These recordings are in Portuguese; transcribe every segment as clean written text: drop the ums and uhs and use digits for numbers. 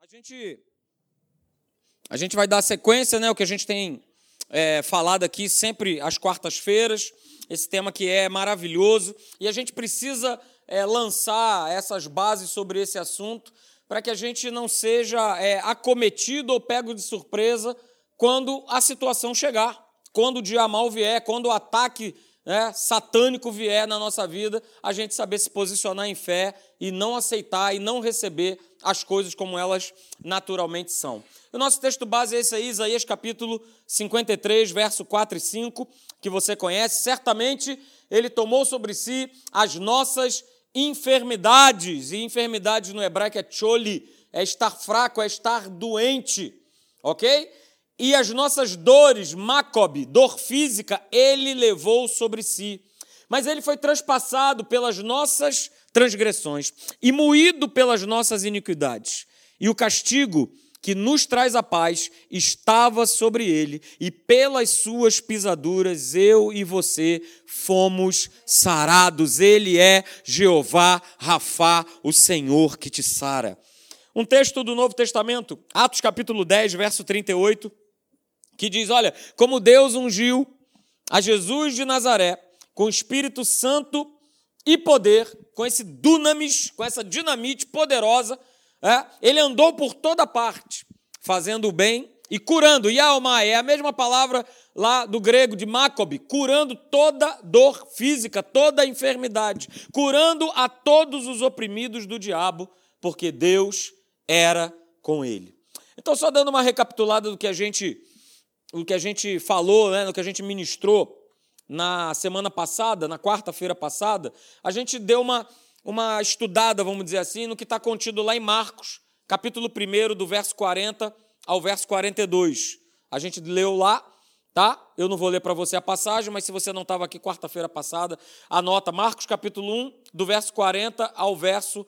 A gente vai dar sequência, né, o que a gente tem falado aqui sempre às quartas-feiras, esse tema que é maravilhoso, e a gente precisa lançar essas bases sobre esse assunto para que a gente não seja acometido ou pego de surpresa quando a situação chegar, quando o dia mal vier, quando o ataque satânico vier na nossa vida, a gente saber se posicionar em fé e não aceitar e não receber as coisas como elas naturalmente são. O nosso texto base é esse aí, Isaías capítulo 53, verso 4 e 5, que você conhece. Certamente ele tomou sobre si as nossas enfermidades, e enfermidades no hebraico é choli, é estar fraco, é estar doente, ok? E as nossas dores, makob, dor física, ele levou sobre si. Mas ele foi transpassado pelas nossas transgressões e moído pelas nossas iniquidades. E o castigo que nos traz a paz estava sobre ele, e pelas suas pisaduras eu e você fomos sarados. Ele é Jeová Rafá, o Senhor que te sara. Um texto do Novo Testamento, Atos capítulo 10, verso 38, que diz, olha, como Deus ungiu a Jesus de Nazaré com o Espírito Santo e poder, com esse dunamis, com essa dinamite poderosa, ele andou por toda parte, fazendo o bem e curando. Iaomai é a mesma palavra lá do grego de makob, curando toda dor física, toda enfermidade, curando a todos os oprimidos do diabo, porque Deus era com ele. Então, só dando uma recapitulada do que a gente falou, no que a gente ministrou na semana passada, na quarta-feira passada, a gente deu uma estudada, vamos dizer assim, no que está contido lá em Marcos, capítulo 1, do verso 40 ao verso 42. A gente leu lá, tá? Eu não vou ler para você a passagem, mas se você não estava aqui quarta-feira passada, anota Marcos, capítulo 1, do verso 40 ao verso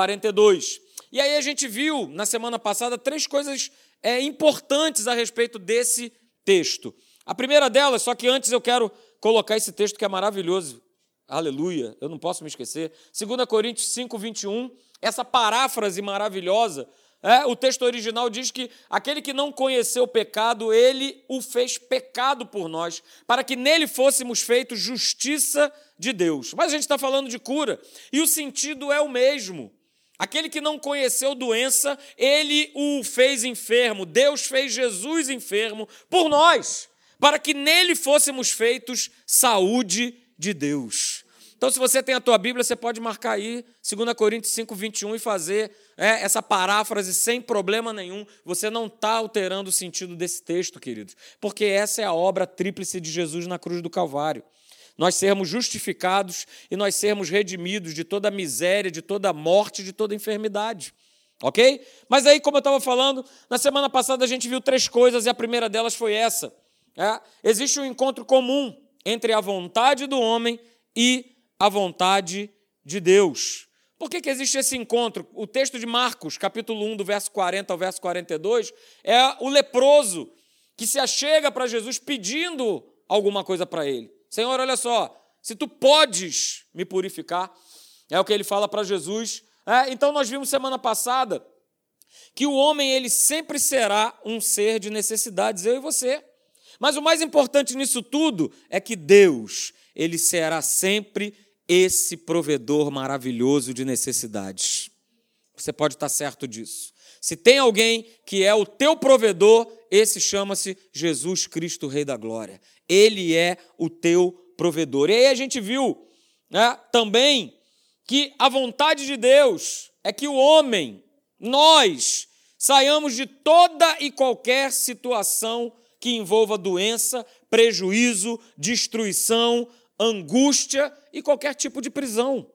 42. E aí a gente viu, na semana passada, 3 coisas importantes a respeito desse texto. A primeira delas, só que antes eu quero colocar esse texto que é maravilhoso. Aleluia, eu não posso me esquecer. 2 Coríntios 5, 21, essa paráfrase maravilhosa, o texto original diz que aquele que não conheceu o pecado, ele o fez pecado por nós, para que nele fôssemos feitos justiça de Deus. Mas a gente está falando de cura, e o sentido é o mesmo. Aquele que não conheceu doença, ele o fez enfermo. Deus fez Jesus enfermo por nós, para que nele fôssemos feitos saúde de Deus. Então, se você tem a tua Bíblia, você pode marcar aí 2 Coríntios 5, 21 e fazer essa paráfrase sem problema nenhum. Você não está alterando o sentido desse texto, queridos, porque essa é a obra tríplice de Jesus na cruz do Calvário. Nós sermos justificados e nós sermos redimidos de toda a miséria, de toda a morte, de toda a enfermidade. Ok? Mas aí, como eu estava falando, na semana passada a gente viu 3 coisas e a primeira delas foi essa. Existe um encontro comum entre a vontade do homem e a vontade de Deus. Por que existe esse encontro? O texto de Marcos, capítulo 1, do verso 40 ao verso 42, é o leproso que se achega para Jesus pedindo alguma coisa para ele. Senhor, olha só, se tu podes me purificar, é o que ele fala para Jesus. Então nós vimos semana passada que o homem ele sempre será um ser de necessidades, eu e você. Mas o mais importante nisso tudo é que Deus, ele será sempre esse provedor maravilhoso de necessidades. Você pode estar certo disso. Se tem alguém que é o teu provedor, esse chama-se Jesus Cristo, Rei da Glória. Ele é o teu provedor. E aí a gente viu também que a vontade de Deus é que o homem, nós, saiamos de toda e qualquer situação que envolva doença, prejuízo, destruição, angústia e qualquer tipo de prisão.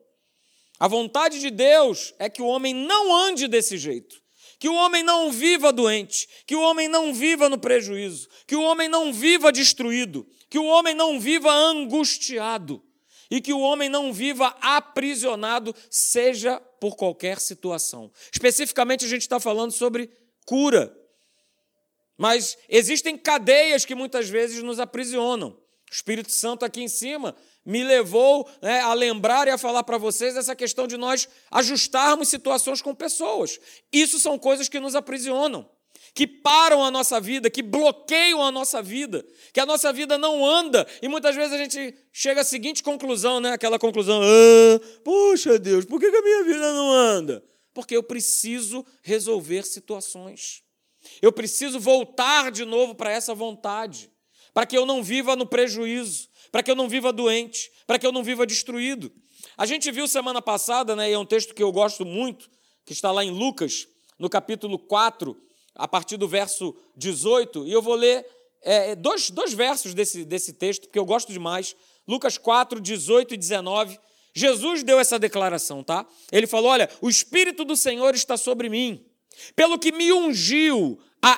A vontade de Deus é que o homem não ande desse jeito, que o homem não viva doente, que o homem não viva no prejuízo, que o homem não viva destruído, que o homem não viva angustiado e que o homem não viva aprisionado, seja por qualquer situação. Especificamente a gente está falando sobre cura, mas existem cadeias que muitas vezes nos aprisionam. O Espírito Santo aqui em cima me levou, né, a lembrar e a falar para vocês essa questão de nós ajustarmos situações com pessoas. Isso são coisas que nos aprisionam, que param a nossa vida, que bloqueiam a nossa vida, que a nossa vida não anda. E muitas vezes a gente chega à seguinte conclusão, né? Aquela conclusão: poxa Deus, por que a minha vida não anda? Porque eu preciso resolver situações. Eu preciso voltar de novo para essa vontade, para que eu não viva no prejuízo, para que eu não viva doente, para que eu não viva destruído. A gente viu semana passada, né, e é um texto que eu gosto muito, que está lá em Lucas, no capítulo 4, a partir do verso 18, e eu vou ler dois versos desse texto, porque eu gosto demais. Lucas 4, 18 e 19. Jesus deu essa declaração, tá? Ele falou: olha, o Espírito do Senhor está sobre mim, pelo que me ungiu a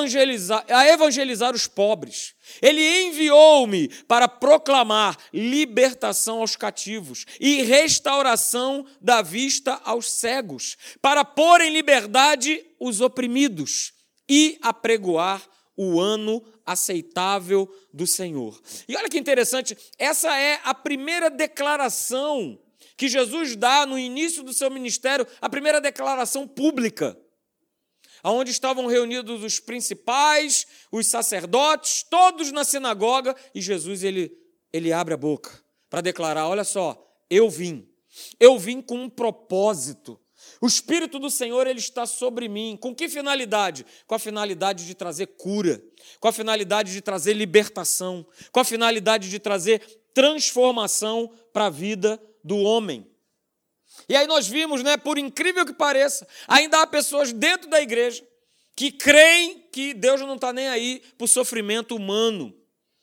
evangelizar os pobres. Ele enviou-me para proclamar libertação aos cativos e restauração da vista aos cegos, para pôr em liberdade os oprimidos e apregoar o ano aceitável do Senhor. E olha que interessante, essa é a primeira declaração que Jesus dá no início do seu ministério, a primeira declaração pública, onde estavam reunidos os principais, os sacerdotes, todos na sinagoga, e Jesus ele abre a boca para declarar: olha só, eu vim com um propósito. O Espírito do Senhor ele está sobre mim. Com que finalidade? Com a finalidade de trazer cura, com a finalidade de trazer libertação, com a finalidade de trazer transformação para a vida do homem. E aí nós vimos, né, por incrível que pareça, ainda há pessoas dentro da igreja que creem que Deus não está nem aí para o sofrimento humano,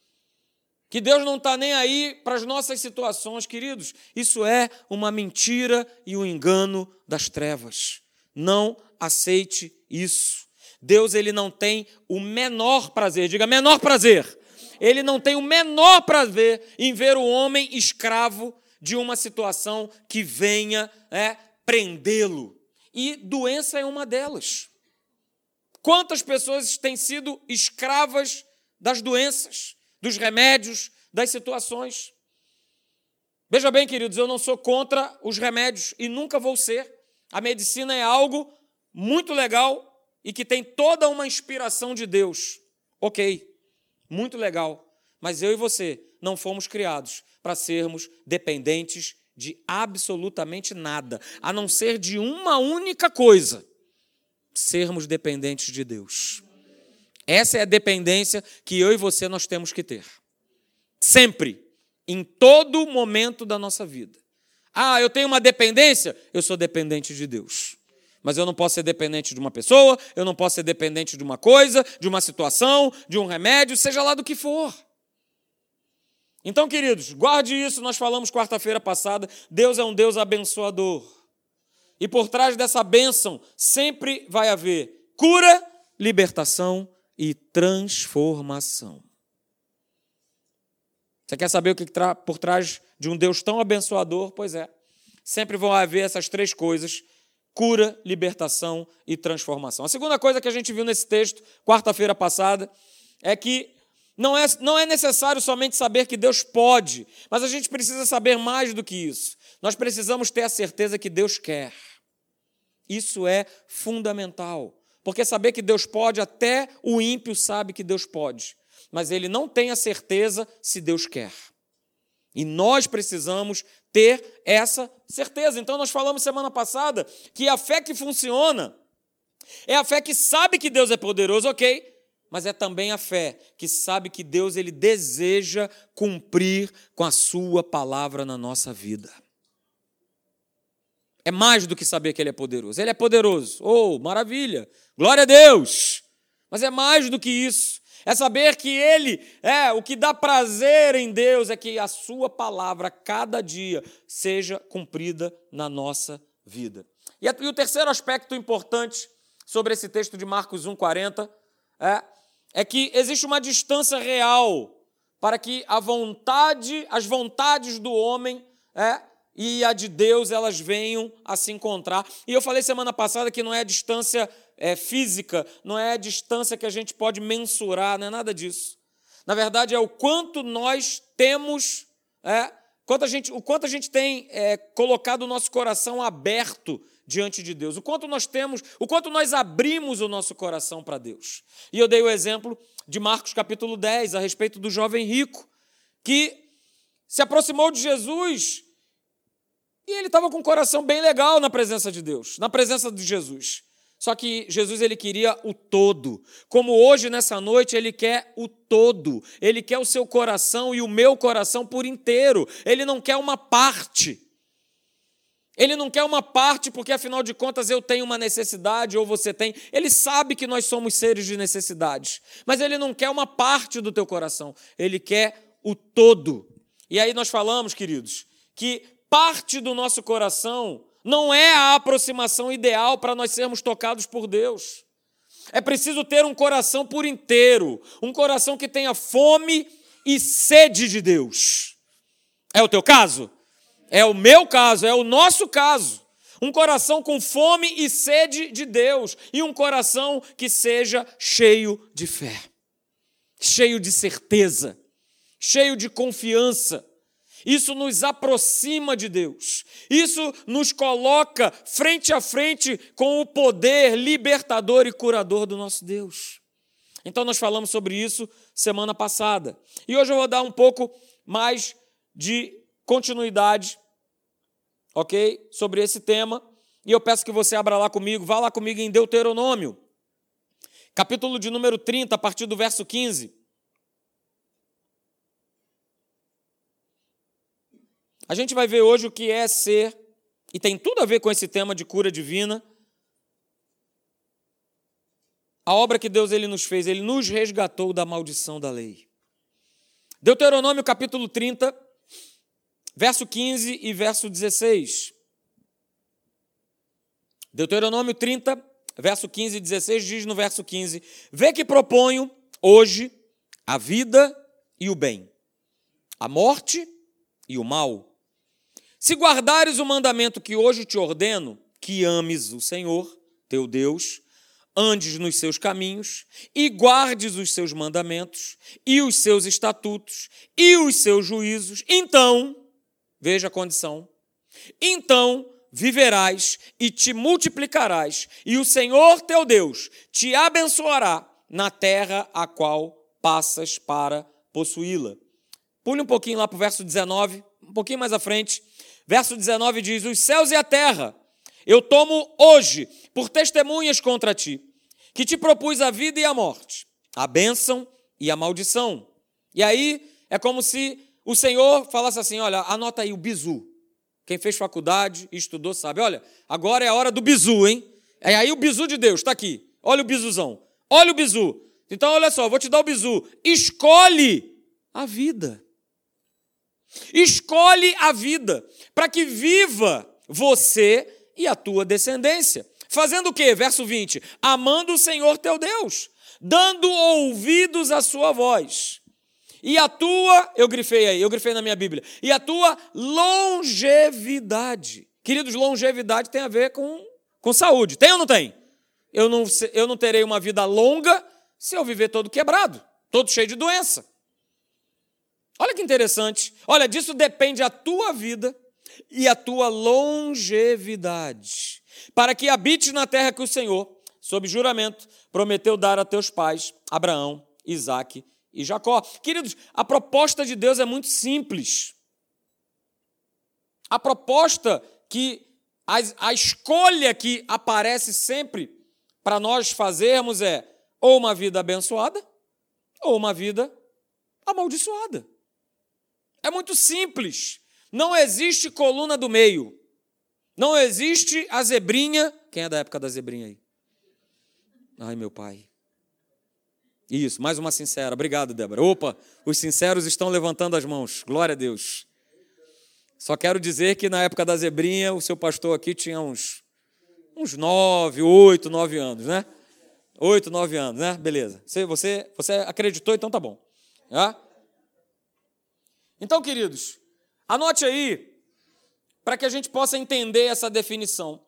que Deus não está nem aí para as nossas situações. Queridos, isso é uma mentira e um engano das trevas. Não aceite isso. Deus ele não tem o menor prazer, diga menor prazer, ele não tem o menor prazer em ver o homem escravo de uma situação que venha prendê-lo. E doença é uma delas. Quantas pessoas têm sido escravas das doenças, dos remédios, das situações? Veja bem, queridos, eu não sou contra os remédios e nunca vou ser. A medicina é algo muito legal e que tem toda uma inspiração de Deus. Ok, muito legal. Mas eu e você não fomos criados para sermos dependentes de absolutamente nada, a não ser de uma única coisa: sermos dependentes de Deus. Essa é a dependência que eu e você nós temos que ter. Sempre, em todo momento da nossa vida. Eu tenho uma dependência? Eu sou dependente de Deus. Mas eu não posso ser dependente de uma pessoa, eu não posso ser dependente de uma coisa, de uma situação, de um remédio, seja lá do que for. Então, queridos, guarde isso, nós falamos quarta-feira passada, Deus é um Deus abençoador. E por trás dessa bênção sempre vai haver cura, libertação e transformação. Você quer saber o que está por trás de um Deus tão abençoador? Pois é, sempre vão haver essas três coisas: cura, libertação e transformação. A segunda coisa que a gente viu nesse texto, quarta-feira passada, é que não é necessário somente saber que Deus pode, mas a gente precisa saber mais do que isso. Nós precisamos ter a certeza que Deus quer. Isso é fundamental, porque saber que Deus pode, até o ímpio sabe que Deus pode, mas ele não tem a certeza se Deus quer. E nós precisamos ter essa certeza. Então nós falamos semana passada que a fé que funciona é a fé que sabe que Deus é poderoso, ok? Mas é também a fé que sabe que Deus ele deseja cumprir com a sua palavra na nossa vida. É mais do que saber que Ele é poderoso. Ele é poderoso. Oh, maravilha! Glória a Deus! Mas é mais do que isso. É saber que Ele o que dá prazer em Deus é que a sua palavra, cada dia, seja cumprida na nossa vida. E o terceiro aspecto importante sobre esse texto de Marcos 1,40 é que existe uma distância real para que as vontades do homem e a de Deus, elas venham a se encontrar. E eu falei semana passada que não é a distância física, não é a distância que a gente pode mensurar, não é nada disso. Na verdade, é o quanto nós temos, o quanto a gente tem colocado o nosso coração aberto diante de Deus, o quanto nós abrimos o nosso coração para Deus. E eu dei o exemplo de Marcos capítulo 10, a respeito do jovem rico, que se aproximou de Jesus e ele estava com o coração bem legal na presença de Deus, na presença de Jesus. Só que Jesus, ele queria o todo. Como hoje, nessa noite, ele quer o todo. Ele quer o seu coração e o meu coração por inteiro. Ele não quer uma parte. Ele não quer uma parte porque, afinal de contas, eu tenho uma necessidade ou você tem. Ele sabe que nós somos seres de necessidades. Mas ele não quer uma parte do teu coração. Ele quer o todo. E aí nós falamos, queridos, que parte do nosso coração não é a aproximação ideal para nós sermos tocados por Deus. É preciso ter um coração por inteiro, um coração que tenha fome e sede de Deus. É o teu caso? É o meu caso, é o nosso caso. Um coração com fome e sede de Deus e um coração que seja cheio de fé, cheio de certeza, cheio de confiança. Isso nos aproxima de Deus. Isso nos coloca frente a frente com o poder libertador e curador do nosso Deus. Então nós falamos sobre isso semana passada. E hoje eu vou dar um pouco mais de continuidade, ok? Sobre esse tema. E eu peço que você abra lá comigo, vá lá comigo em Deuteronômio, capítulo de número 30, a partir do verso 15. A gente vai ver hoje o que é ser, e tem tudo a ver com esse tema de cura divina, a obra que Deus ele nos fez, ele nos resgatou da maldição da lei. Deuteronômio capítulo 30, verso 15 e verso 16. Deuteronômio 30, verso 15 e 16, diz no verso 15: Vê que proponho hoje a vida e o bem, a morte e o mal. Se guardares o mandamento que hoje te ordeno, que ames o Senhor, teu Deus, andes nos seus caminhos e guardes os seus mandamentos e os seus estatutos e os seus juízos, então, veja a condição, então viverás e te multiplicarás, e o Senhor teu Deus te abençoará na terra a qual passas para possuí-la. Pule um pouquinho lá para o verso 19, um pouquinho mais à frente. Verso 19 diz: Os céus e a terra eu tomo hoje por testemunhas contra ti, que te propus a vida e a morte, a bênção e a maldição. E aí é como se o Senhor falasse assim: olha, anota aí o bizu. Quem fez faculdade e estudou sabe. Olha, agora é a hora do bizu, hein? É aí o bizu de Deus, está aqui. Olha o bizuzão. Olha o bizu. Então, olha só, vou te dar o bizu. Escolhe a vida. Escolhe a vida, para que viva você e a tua descendência. Fazendo o quê? Verso 20. Amando o Senhor teu Deus, dando ouvidos à sua voz. E a tua, eu grifei na minha Bíblia, e a tua longevidade. Queridos, longevidade tem a ver com saúde. Tem ou não tem? Eu não terei uma vida longa se eu viver todo quebrado, todo cheio de doença. Olha que interessante. Olha, disso depende a tua vida e a tua longevidade, para que habites na terra que o Senhor, sob juramento, prometeu dar a teus pais, Abraão, Isaque e Jacó. Queridos, a proposta de Deus é muito simples. A proposta a escolha que aparece sempre para nós fazermos é ou uma vida abençoada ou uma vida amaldiçoada. É muito simples. Não existe coluna do meio. Não existe a zebrinha. Quem é da época da zebrinha aí? Ai, meu pai. Isso, mais uma sincera. Obrigado, Débora. Opa, os sinceros estão levantando as mãos. Glória a Deus. Só quero dizer que na época da zebrinha, o seu pastor aqui tinha uns 8, 9 anos, né? 8, 9 anos, né? Beleza. Você acreditou, então tá bom. Então, queridos, anote aí, para que a gente possa entender essa definição.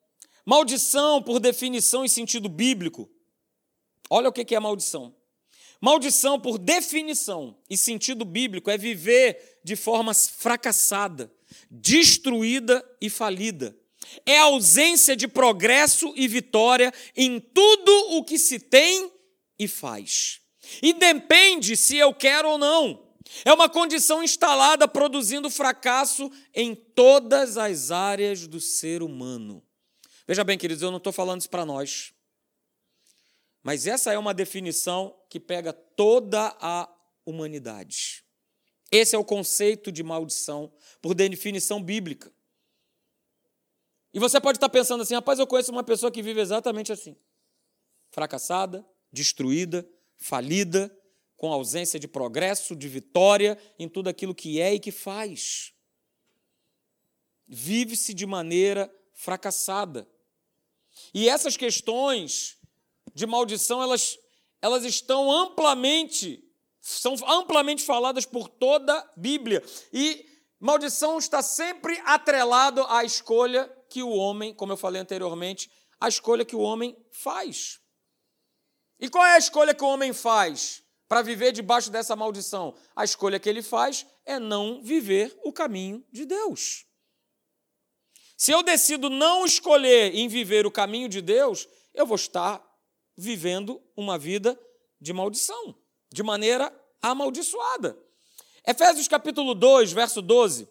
Maldição, por definição em sentido bíblico, olha o que é maldição. Maldição, por definição e sentido bíblico, é viver de forma fracassada, destruída e falida. É a ausência de progresso e vitória em tudo o que se tem e faz. E depende se eu quero ou não. É uma condição instalada produzindo fracasso em todas as áreas do ser humano. Veja bem, queridos, eu não estou falando isso para nós. Mas essa é uma definição que pega toda a humanidade. Esse é o conceito de maldição, por definição bíblica. E você pode estar pensando assim, rapaz, eu conheço uma pessoa que vive exatamente assim. Fracassada, destruída, falida, com ausência de progresso, de vitória em tudo aquilo que é e que faz. Vive-se de maneira fracassada. E essas questões de maldição, elas são amplamente faladas por toda a Bíblia. E maldição está sempre atrelado à escolha que o homem, como eu falei anteriormente, a escolha que o homem faz. E qual é a escolha que o homem faz para viver debaixo dessa maldição? A escolha que ele faz é não viver o caminho de Deus. Se eu decido não escolher em viver o caminho de Deus, eu vou estar vivendo uma vida de maldição, de maneira amaldiçoada. Efésios capítulo 2, verso 12,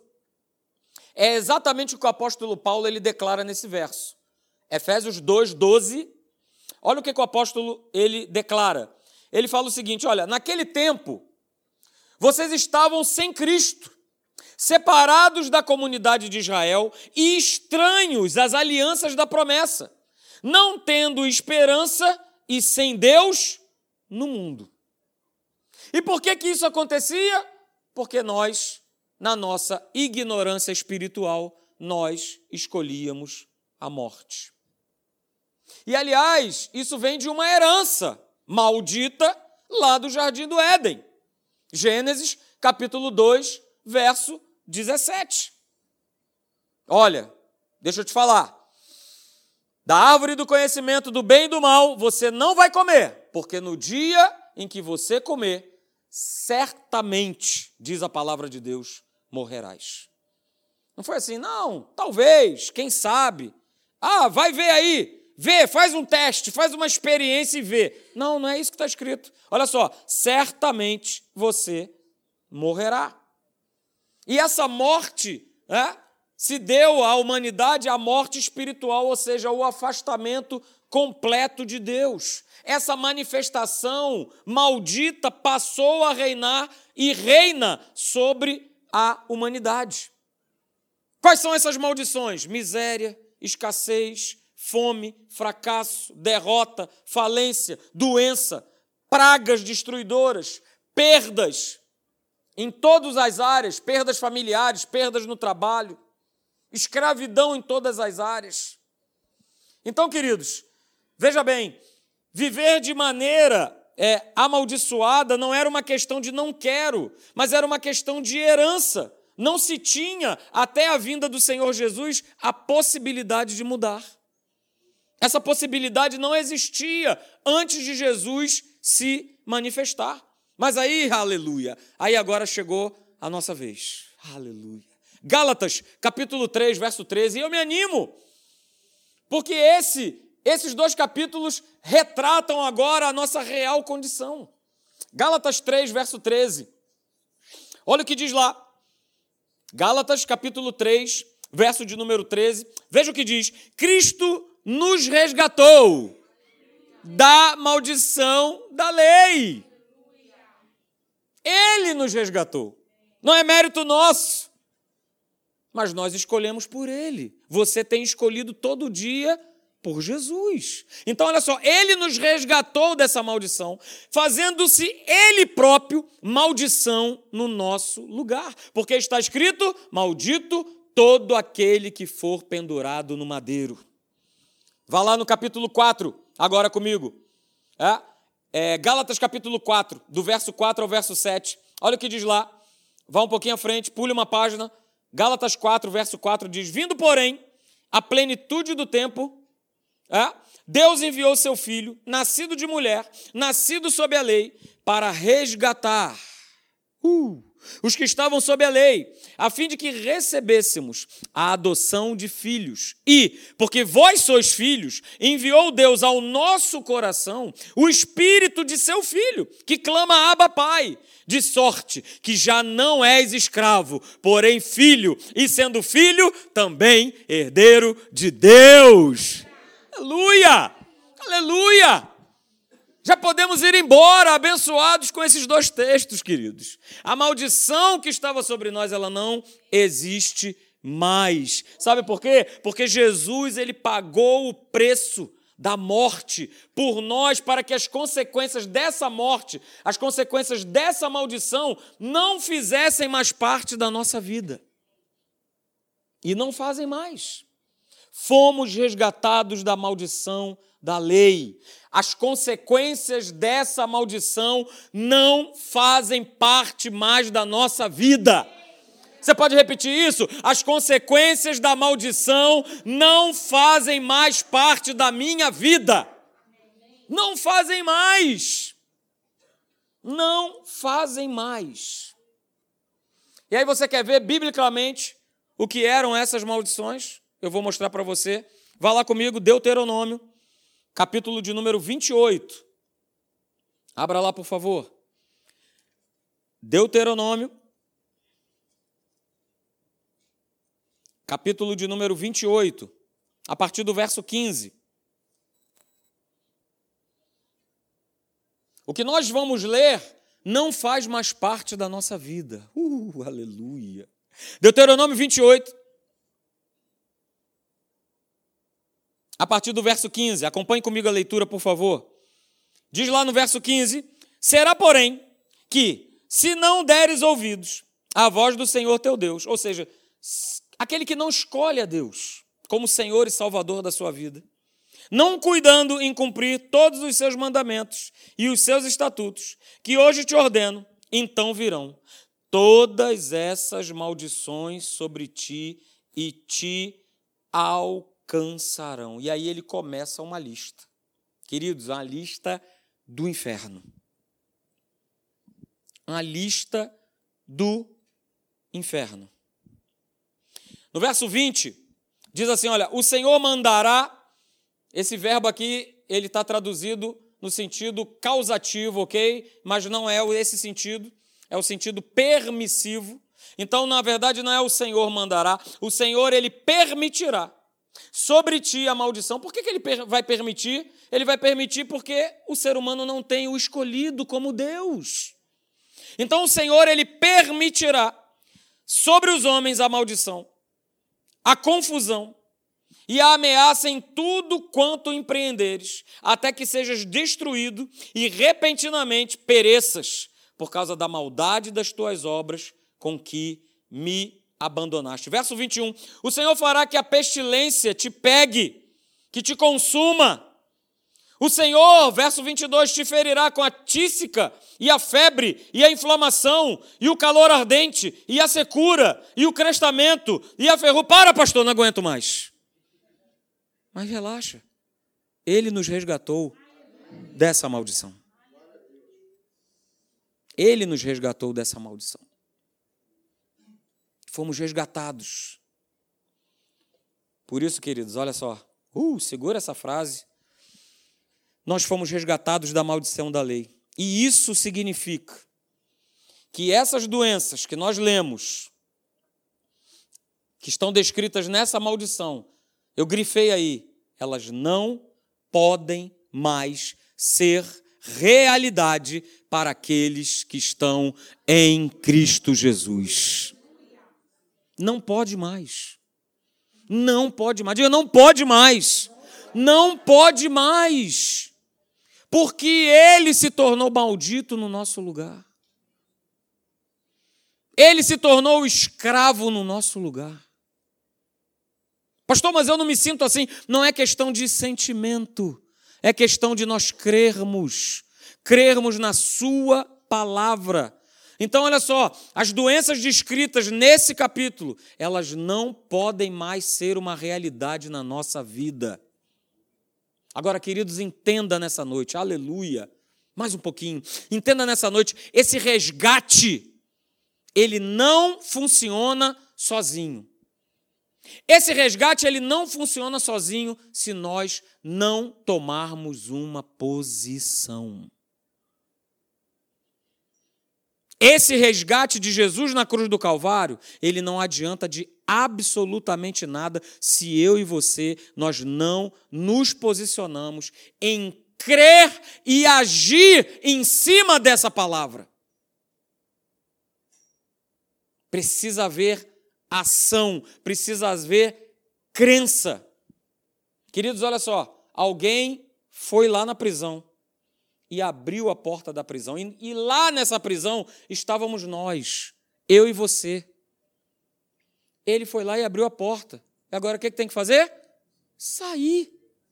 é exatamente o que o apóstolo Paulo ele declara nesse verso. Efésios 2, 12, olha o que o apóstolo ele declara. Ele fala o seguinte, olha, naquele tempo, vocês estavam sem Cristo, separados da comunidade de Israel e estranhos às alianças da promessa, não tendo esperança e sem Deus no mundo. E por que isso acontecia? Porque nós, na nossa ignorância espiritual, nós escolhíamos a morte. E, aliás, isso vem de uma herança maldita lá do Jardim do Éden. Gênesis, capítulo 2, verso 17. Olha, deixa eu te falar. Da árvore do conhecimento do bem e do mal, você não vai comer, porque no dia em que você comer, certamente, diz a palavra de Deus, morrerás. Não foi assim, não, talvez, quem sabe. Ah, vai ver aí, vê, faz um teste, faz uma experiência e vê. Não, não é isso que está escrito. Olha só, certamente você morrerá. E essa morte, se deu à humanidade a morte espiritual, ou seja, o afastamento completo de Deus. Essa manifestação maldita passou a reinar e reina sobre a humanidade. Quais são essas maldições? Miséria, escassez, fome, fracasso, derrota, falência, doença, pragas destruidoras, perdas em todas as áreas, perdas familiares, perdas no trabalho, escravidão em todas as áreas. Então, queridos, veja bem, viver de maneira amaldiçoada não era uma questão de não quero, mas era uma questão de herança. Não se tinha, até a vinda do Senhor Jesus, a possibilidade de mudar. Essa possibilidade não existia antes de Jesus se manifestar. Mas aí, aleluia, aí agora chegou a nossa vez. Aleluia. Gálatas, capítulo 3, verso 13, e eu me animo, porque esses dois capítulos retratam agora a nossa real condição. Gálatas 3, verso 13. Olha o que diz lá. Gálatas, capítulo 3, verso de número 13. Veja o que diz. Cristo nos resgatou da maldição da lei. Ele nos resgatou. Não é mérito nosso, mas nós escolhemos por Ele. Você tem escolhido todo dia por Jesus. Então, olha só, Ele nos resgatou dessa maldição, fazendo-se Ele próprio maldição no nosso lugar. Porque está escrito, maldito todo aquele que for pendurado no madeiro. Vá lá no capítulo 4, agora comigo. Gálatas capítulo 4, do verso 4 ao verso 7. Olha o que diz lá. Vá um pouquinho à frente, pule uma página. Gálatas 4, verso 4 diz, vindo, porém, a plenitude do tempo, Deus enviou seu filho, nascido de mulher, nascido sob a lei, para resgatar os que estavam sob a lei, a fim de que recebêssemos a adoção de filhos. E, porque vós sois filhos, enviou Deus ao nosso coração o Espírito de seu Filho, que clama Abba, Pai, de sorte que já não és escravo, porém filho, e sendo filho, também herdeiro de Deus. Aleluia! Aleluia! Já podemos ir embora, abençoados com esses dois textos, queridos. A maldição que estava sobre nós, ela não existe mais. Sabe por quê? Porque Jesus, ele pagou o preço da morte por nós, para que as consequências dessa morte, as consequências dessa maldição, não fizessem mais parte da nossa vida. E não fazem mais. Fomos resgatados da maldição da lei. As consequências dessa maldição não fazem parte mais da nossa vida. Você pode repetir isso? As consequências da maldição não fazem mais parte da minha vida. Não fazem mais. Não fazem mais. E aí você quer ver biblicamente o que eram essas maldições? Eu vou mostrar para você. Vá lá comigo, Deuteronômio, capítulo de número 28. Abra lá, por favor. Deuteronômio, capítulo de número 28, a partir do verso 15. O que nós vamos ler não faz mais parte da nossa vida. Aleluia. Deuteronômio 28, a partir do verso 15. Acompanhe comigo a leitura, por favor. Diz lá no verso 15: será, porém, que, se não deres ouvidos à voz do Senhor teu Deus, ou seja, aquele que não escolhe a Deus como Senhor e Salvador da sua vida, não cuidando em cumprir todos os seus mandamentos e os seus estatutos, que hoje te ordeno, então virão todas essas maldições sobre ti e te alcançarão. E aí ele começa uma lista. Queridos, uma lista do inferno. Uma lista do inferno. No verso 20, diz assim, olha, o Senhor mandará, esse verbo aqui, ele está traduzido no sentido causativo, ok? Mas não é esse sentido, é o sentido permissivo. Então, na verdade, não é o Senhor mandará, o Senhor, ele permitirá sobre ti a maldição. Por que ele vai permitir? Ele vai permitir porque o ser humano não tem o escolhido como Deus. Então, o Senhor, ele permitirá sobre os homens a maldição, a confusão e a ameaça em tudo quanto empreenderes, até que sejas destruído e repentinamente pereças por causa da maldade das tuas obras com que me abandonaste. Verso 21, o Senhor fará que a pestilência te pegue, que te consuma. O Senhor, verso 22, te ferirá com a tísica e a febre e a inflamação e o calor ardente e a secura e o crestamento e a ferrugem. Para, pastor, não aguento mais. Mas relaxa, Ele nos resgatou dessa maldição. Ele nos resgatou dessa maldição. Fomos resgatados. Por isso, queridos, olha só. Segura essa frase. Nós fomos resgatados da maldição da lei. E isso significa que essas doenças que nós lemos, que estão descritas nessa maldição, eu grifei aí, elas não podem mais ser realidade para aqueles que estão em Cristo Jesus. Não pode mais. Não pode mais. Diga, não pode mais. Não pode mais. Porque Ele se tornou maldito no nosso lugar. Ele se tornou escravo no nosso lugar. Pastor, mas eu não me sinto assim. Não é questão de sentimento. É questão de nós crermos na sua palavra. Então, olha só, as doenças descritas nesse capítulo, elas não podem mais ser uma realidade na nossa vida. Agora, queridos, entenda nessa noite, aleluia, mais um pouquinho, entenda nessa noite, esse resgate, ele não funciona sozinho. Esse resgate, ele não funciona sozinho se nós não tomarmos uma posição. Esse resgate de Jesus na cruz do Calvário, ele não adianta de absolutamente nada se eu e você, nós não nos posicionamos em crer e agir em cima dessa palavra. Precisa haver ação, precisa haver crença. Queridos, olha só, alguém foi lá na prisão e abriu a porta da prisão. E lá nessa prisão estávamos nós, eu e você. Ele foi lá e abriu a porta. E agora o que tem que fazer? Sair.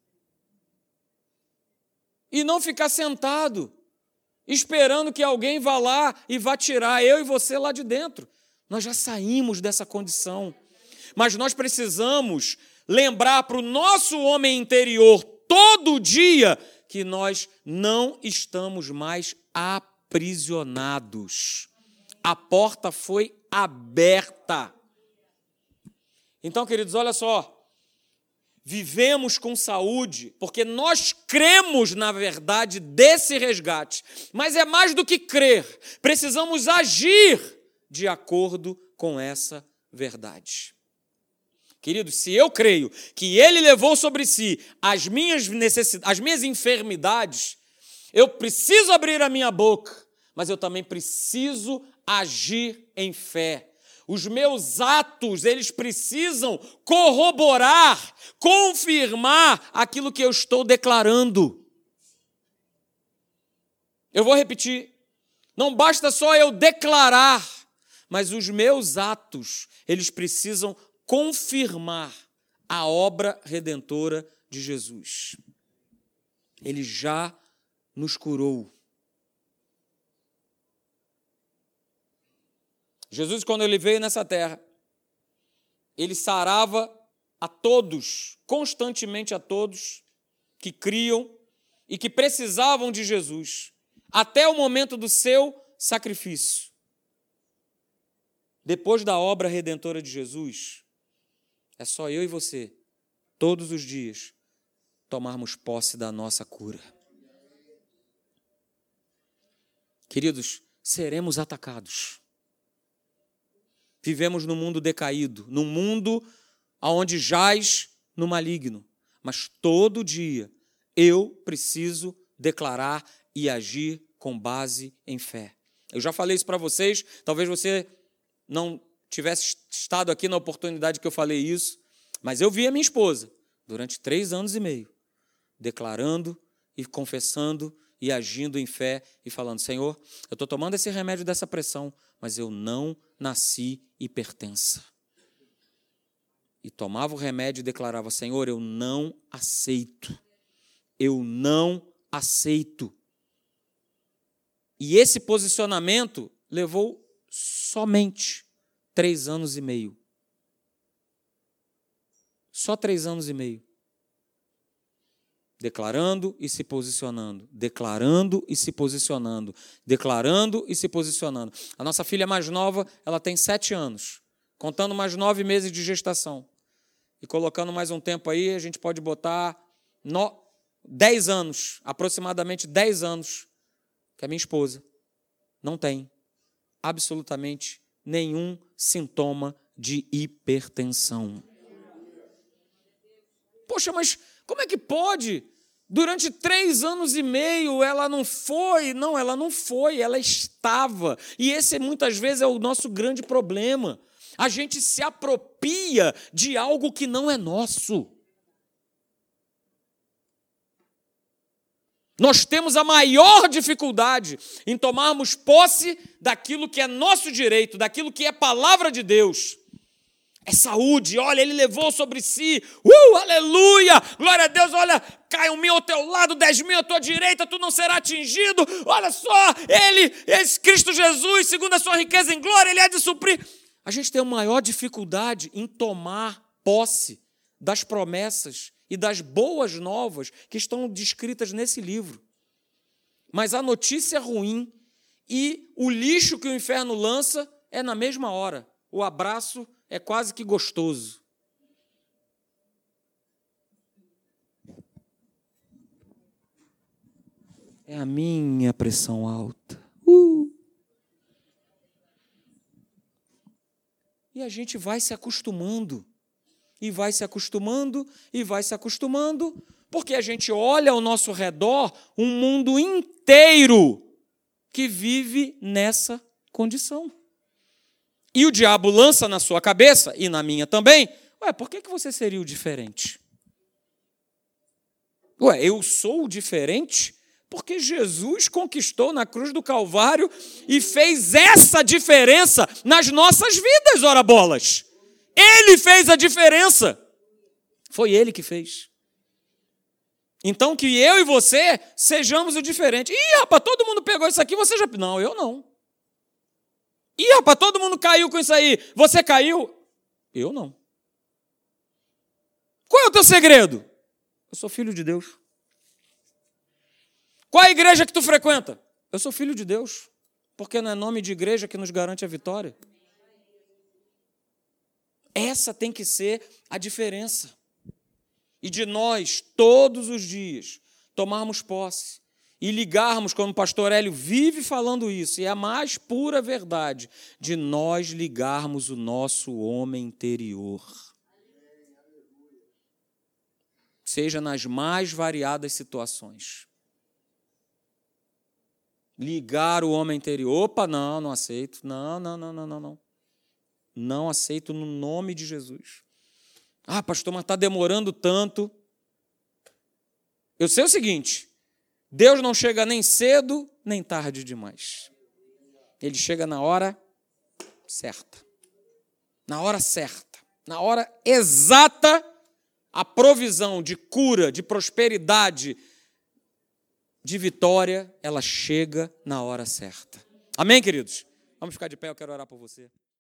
E não ficar sentado, esperando que alguém vá lá e vá tirar eu e você lá de dentro. Nós já saímos dessa condição. Mas nós precisamos lembrar para o nosso homem interior, todo dia, que nós não estamos mais aprisionados. A porta foi aberta. Então, queridos, olha só. Vivemos com saúde porque nós cremos na verdade desse resgate. Mas é mais do que crer. Precisamos agir de acordo com essa verdade. Queridos, se eu creio que Ele levou sobre si as minhas necessidades, as minhas enfermidades, eu preciso abrir a minha boca, mas eu também preciso agir em fé. Os meus atos, eles precisam corroborar, confirmar aquilo que eu estou declarando. Eu vou repetir. Não basta só eu declarar, mas os meus atos, eles precisam confirmar a obra redentora de Jesus. Ele já nos curou. Jesus, quando ele veio nessa terra, ele sarava a todos, constantemente a todos, que criam e que precisavam de Jesus, até o momento do seu sacrifício. Depois da obra redentora de Jesus, é só eu e você, todos os dias, tomarmos posse da nossa cura. Queridos, seremos atacados. Vivemos num mundo decaído, num mundo onde jaz no maligno. Mas todo dia eu preciso declarar e agir com base em fé. Eu já falei isso para vocês, talvez você não tivesse estado aqui na oportunidade que eu falei isso, mas eu vi a minha esposa durante 3 anos e meio, declarando e confessando e agindo em fé e falando, Senhor, eu estou tomando esse remédio dessa pressão, mas eu não nasci hipertensa. E tomava o remédio e declarava, Senhor, eu não aceito. Eu não aceito. E esse posicionamento levou somente 3 anos e meio. Só 3 anos e meio. Declarando e se posicionando, declarando e se posicionando, declarando e se posicionando. A nossa filha mais nova, ela tem 7 anos, contando mais 9 meses de gestação. E colocando mais um tempo aí, a gente pode botar 10 anos, aproximadamente 10 anos, que a minha esposa não tem absolutamente nenhum sintoma de hipertensão. Poxa, mas como é que pode? Durante 3 anos e meio ela não foi. Não, ela não foi, ela estava. E esse muitas vezes é o nosso grande problema. A gente se apropria de algo que não é nosso. Nós temos a maior dificuldade em tomarmos posse daquilo que é nosso direito, daquilo que é palavra de Deus. É saúde, olha, Ele levou sobre si, aleluia, glória a Deus, olha, cai 1.000 ao teu lado, 10.000 à tua direita, tu não será atingido, olha só, esse Cristo Jesus, segundo a sua riqueza em glória, Ele há de suprir. A gente tem a maior dificuldade em tomar posse das promessas e das boas novas que estão descritas nesse livro. Mas a notícia ruim e o lixo que o inferno lança é na mesma hora. O abraço é quase que gostoso. É a minha pressão alta. E a gente vai se acostumando. E vai se acostumando, e vai se acostumando, porque a gente olha ao nosso redor um mundo inteiro que vive nessa condição. E o diabo lança na sua cabeça, e na minha também, por que você seria o diferente? Eu sou o diferente porque Jesus conquistou na cruz do Calvário e fez essa diferença nas nossas vidas, ora bolas. Ele fez a diferença. Foi ele que fez. Então, que eu e você sejamos o diferente. Ih, rapaz, todo mundo pegou isso aqui, você já... Não, eu não. Ih, rapaz, todo mundo caiu com isso aí. Você caiu? Eu não. Qual é o teu segredo? Eu sou filho de Deus. Qual é a igreja que tu frequenta? Eu sou filho de Deus. Porque não é nome de igreja que nos garante a vitória. Essa tem que ser a diferença. E de nós, todos os dias, tomarmos posse e ligarmos, como o pastor Hélio vive falando isso, e é a mais pura verdade, de nós ligarmos o nosso homem interior. Seja nas mais variadas situações. Ligar o homem interior. Opa, não aceito. Não. Não aceito no nome de Jesus. Pastor, mas está demorando tanto. Eu sei o seguinte, Deus não chega nem cedo, nem tarde demais. Ele chega na hora certa. Na hora certa. Na hora exata, a provisão de cura, de prosperidade, de vitória, ela chega na hora certa. Amém, queridos? Vamos ficar de pé, eu quero orar por você.